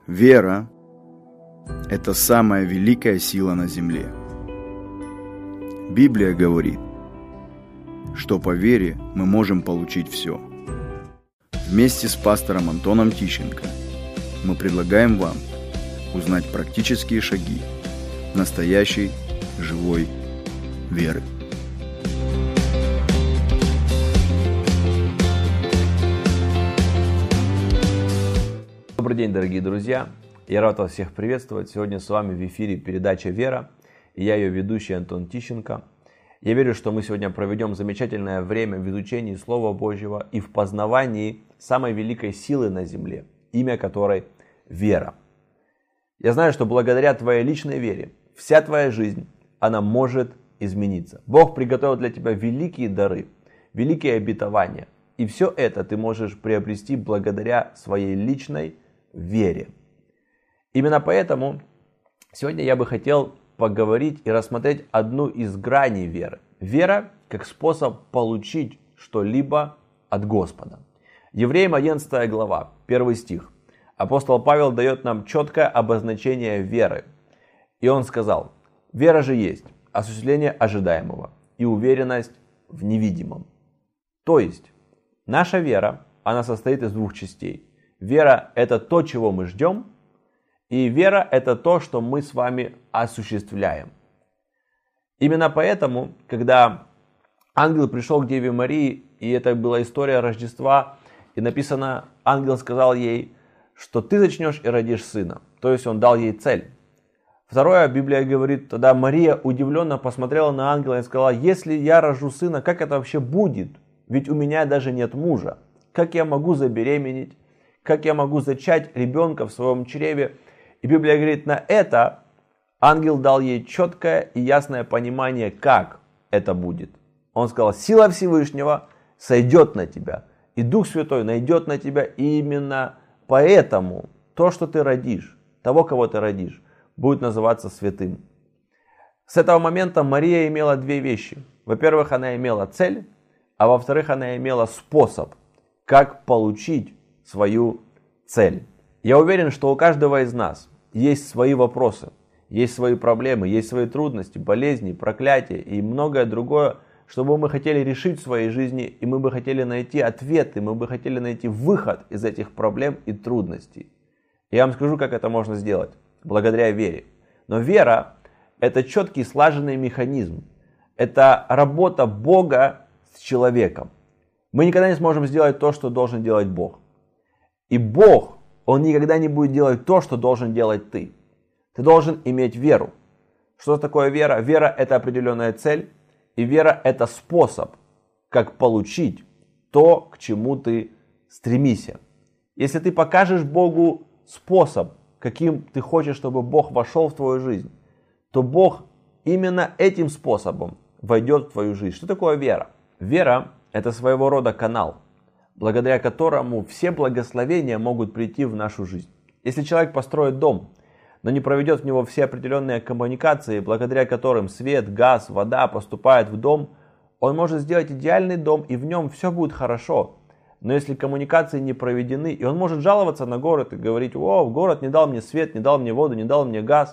Вера – это самая великая сила на земле. Библия говорит, что по вере мы можем получить все. Вместе с пастором Антоном Тищенко мы предлагаем вам узнать практические шаги настоящей живой веры. Добрый день, дорогие друзья! Я рад вас всех приветствовать. Сегодня с вами в эфире передача «Вера», и я ее ведущий Антон Тищенко. Я верю, что мы сегодня проведем замечательное время в изучении Слова Божьего и в познавании самой великой силы на земле, имя которой вера. Я знаю, что благодаря твоей личной вере вся твоя жизнь, она может измениться. Бог приготовил для тебя великие дары, великие обетования. И все это ты можешь приобрести благодаря своей личной вере. Именно поэтому сегодня я бы хотел поговорить и рассмотреть одну из граней веры. Вера как способ получить что-либо от Господа. Евреям 11 глава, 1 стих. Апостол Павел дает нам четкое обозначение веры. И он сказал: «Вера же есть осуществление ожидаемого и уверенность в невидимом». То есть наша вера, она состоит из двух частей. Вера – это то, чего мы ждем, и вера – это то, что мы с вами осуществляем. Именно поэтому, когда ангел пришел к Деве Марии, и это была история Рождества, и написано, ангел сказал ей, что ты зачнешь и родишь сына. То есть он дал ей цель. Второе, Библия говорит, тогда Мария удивленно посмотрела на ангела и сказала: если я рожу сына, как это вообще будет? Ведь у меня даже нет мужа. Как я могу забеременеть? Как я могу зачать ребенка в своем чреве? И Библия говорит, на это ангел дал ей четкое и ясное понимание, как это будет. Он сказал: сила Всевышнего сойдет на тебя, и Дух Святой найдет на тебя. И именно поэтому то, что ты родишь, того, кого ты родишь, будет называться святым. С этого момента Мария имела две вещи. Во-первых, она имела цель, а во-вторых, она имела способ, как получить свою цель. Я уверен, что у каждого из нас есть свои вопросы, есть свои проблемы, есть свои трудности, болезни, проклятия и многое другое, что бы мы хотели решить в своей жизни, и мы бы хотели найти ответы, мы бы хотели найти выход из этих проблем и трудностей. Я вам скажу, как это можно сделать. Благодаря вере. Но вера – это четкий слаженный механизм. Это работа Бога с человеком. Мы никогда не сможем сделать то, что должен делать Бог. И Бог, Он никогда не будет делать то, что должен делать ты. Ты должен иметь веру. Что такое вера? Вера – это определенная цель. И вера – это способ, как получить то, к чему ты стремишься. Если ты покажешь Богу способ, каким ты хочешь, чтобы Бог вошел в твою жизнь, то Бог именно этим способом войдет в твою жизнь. Что такое вера? Вера – это своего рода канал, благодаря которому все благословения могут прийти в нашу жизнь. Если человек построит дом, но не проведет в него все определенные коммуникации, благодаря которым свет, газ, вода поступают в дом, он может сделать идеальный дом, и в нем все будет хорошо. Но если коммуникации не проведены, и он может жаловаться на город и говорить: о, город не дал мне свет, не дал мне воду, не дал мне газ.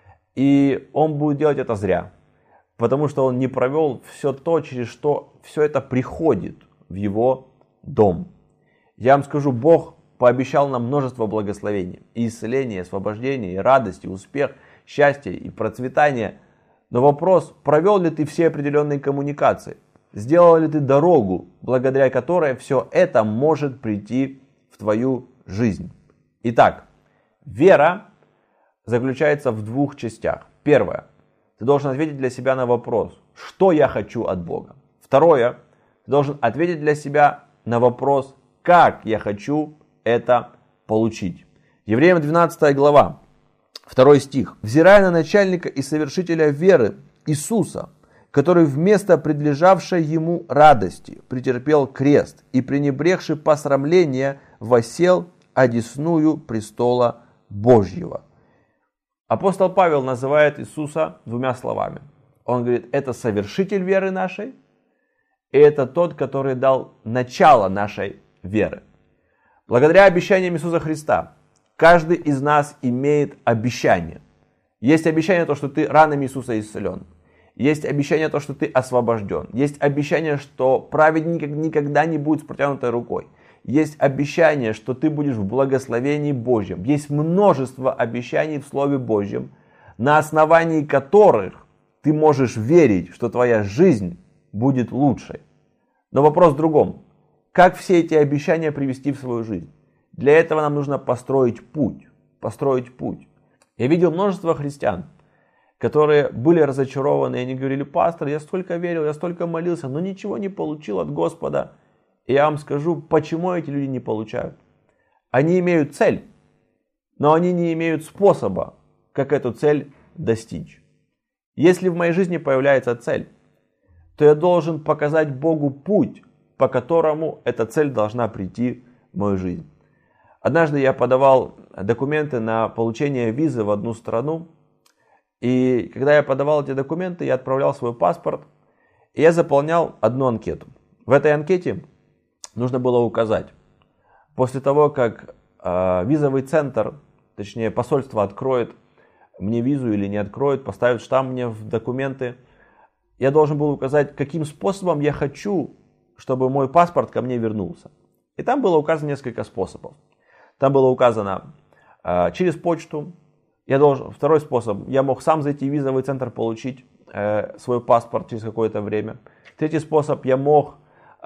И он будет делать это зря. Потому что он не провел все то, через что все это приходит в его дом. Я вам скажу, Бог пообещал нам множество благословений. И исцеление, и освобождение, и радость, и успех, счастье, и процветание. Но вопрос, провел ли ты все определенные коммуникации? Сделал ли ты дорогу, благодаря которой все это может прийти в твою жизнь? Итак, вера заключается в двух частях. Первое. Ты должен ответить для себя на вопрос, что я хочу от Бога. Второе. Ты должен ответить для себя на вопрос, как я хочу это получить. Евреям 12 глава, 2 стих. «Взирая на начальника и совершителя веры Иисуса, который вместо предлежавшей ему радости претерпел крест и, пренебрегши посрамление, воссел одесную престола Божьего». Апостол Павел называет Иисуса двумя словами. Он говорит, это совершитель веры нашей, и это тот, который дал начало нашей веры. Благодаря обещаниям Иисуса Христа, Каждый из нас имеет обещание. Есть обещание то, что ты ранами Иисуса исцелен. Есть обещание то, что ты освобожден. Есть обещание, что праведник никогда не будет с протянутой рукой. Есть обещание, что ты будешь в благословении Божьем. Есть множество обещаний в Слове Божьем, на основании которых ты можешь верить, что твоя жизнь будет лучшей. Но вопрос в другом. Как все эти обещания привести в свою жизнь? Для этого нам нужно построить путь. Я видел множество христиан, которые были разочарованы, и они говорили: пастор, я столько верил, я столько молился, но ничего не получил от Господа. И я вам скажу, почему эти люди не получают. Они имеют цель, но они не имеют способа, как эту цель достичь. Если в моей жизни появляется цель, то я должен показать Богу путь, по которому эта цель должна прийти в мою жизнь. Однажды я подавал документы на получение визы в одну страну. И когда я подавал эти документы, я отправлял свой паспорт, и я заполнял одну анкету. В этой анкете нужно было указать, после того, как визовый центр, точнее посольство откроет мне визу или не откроет, поставит штамп мне в документы, я должен был указать, каким способом я хочу, чтобы мой паспорт ко мне вернулся. И там было указано несколько способов. Там было указано через почту. Второй способ, я мог сам зайти в визовый центр, получить свой паспорт через какое-то время. Третий способ, я мог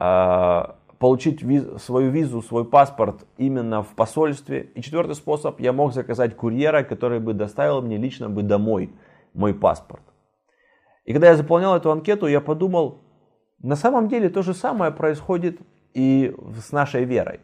получить свою визу, свой паспорт именно в посольстве. И четвертый способ, я мог заказать курьера, который бы доставил мне лично бы домой мой паспорт. И когда я заполнял эту анкету, я подумал, на самом деле то же самое происходит и с нашей верой.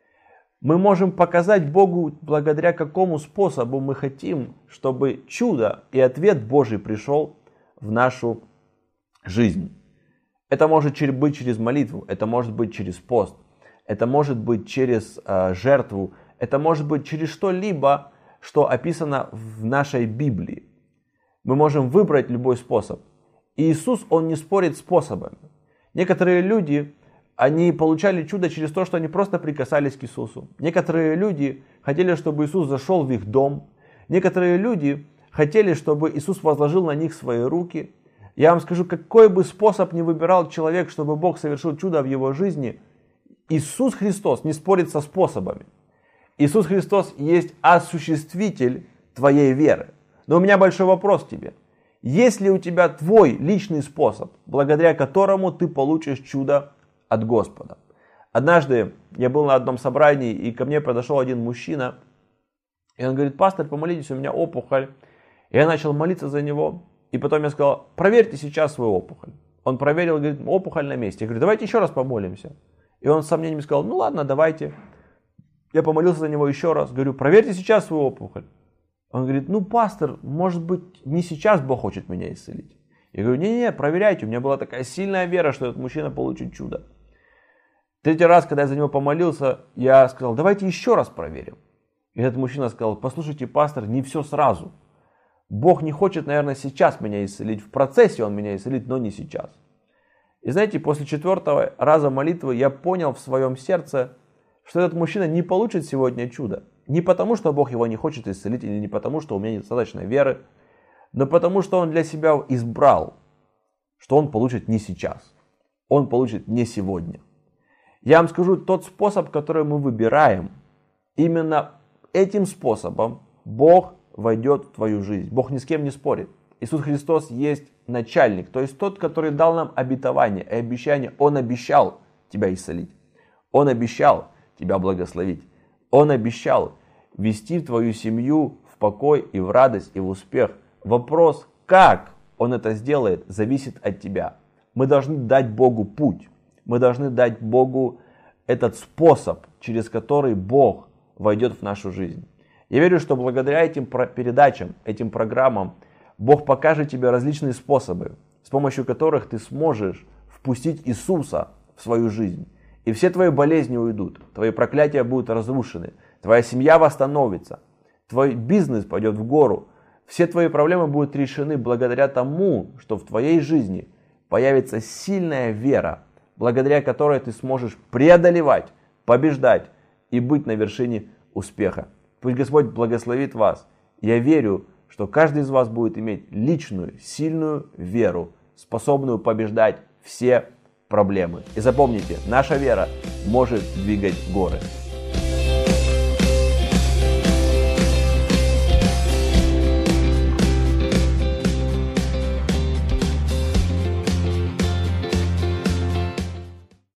Мы можем показать Богу, благодаря какому способу мы хотим, чтобы чудо и ответ Божий пришел в нашу жизнь. Это может быть через молитву, это может быть через пост, это может быть через жертву, это может быть через что-либо, что описано в нашей Библии. Мы можем выбрать любой способ. И Иисус, Он не спорит способами. Некоторые люди, они получали чудо через то, что они просто прикасались к Иисусу. Некоторые люди хотели, чтобы Иисус зашел в их дом. Некоторые люди хотели, чтобы Иисус возложил на них свои руки. Я вам скажу, какой бы способ ни выбирал человек, чтобы Бог совершил чудо в его жизни, Иисус Христос не спорит со способами. Иисус Христос есть осуществитель твоей веры. Но у меня большой вопрос к тебе. Есть ли у тебя твой личный способ, благодаря которому ты получишь чудо от Господа? Однажды я был на одном собрании, и ко мне подошел один мужчина, и он говорит: пастор, помолитесь, у меня опухоль. И я начал молиться за него, и потом я сказал: проверьте сейчас свою опухоль. Он проверил, говорит: опухоль на месте. Я говорю: давайте еще раз помолимся. И он с сомнением сказал: ну ладно, давайте. Я помолился за него еще раз, говорю: проверьте сейчас свою опухоль. Он говорит: ну пастор, может быть не сейчас Бог хочет меня исцелить. Я говорю: не-не, проверяйте, у меня была такая сильная вера, что этот мужчина получит чудо. Третий раз, когда я за него помолился, я сказал: давайте еще раз проверим. И этот мужчина сказал: послушайте, пастор, не все сразу. Бог не хочет, наверное, сейчас меня исцелить. В процессе Он меня исцелит, но не сейчас. И знаете, после четвертого раза молитвы я понял в своем сердце, что этот мужчина не получит сегодня чудо. Не потому, что Бог его не хочет исцелить, или не потому, что у меня недостаточно веры, но потому, что он для себя избрал, что он получит не сейчас. Он получит не сегодня. Я вам скажу, тот способ, который мы выбираем, именно этим способом Бог войдет в твою жизнь. Бог ни с кем не спорит. Иисус Христос есть начальник, то есть тот, который дал нам обетование и обещание. Он обещал тебя исцелить. Он обещал тебя благословить. Он обещал вести твою семью в покой и в радость и в успех. Вопрос, как Он это сделает, зависит от тебя. Мы должны дать Богу путь. Мы должны дать Богу этот способ, через который Бог войдет в нашу жизнь. Я верю, что благодаря этим передачам, этим программам, Бог покажет тебе различные способы, с помощью которых ты сможешь впустить Иисуса в свою жизнь. И все твои болезни уйдут, твои проклятия будут разрушены, твоя семья восстановится, твой бизнес пойдет в гору. Все твои проблемы будут решены благодаря тому, что в твоей жизни появится сильная вера, благодаря которой ты сможешь преодолевать, побеждать и быть на вершине успеха. Пусть Господь благословит вас. Я верю, что каждый из вас будет иметь личную, сильную веру, способную побеждать все проблемы. И запомните, наша вера может двигать горы.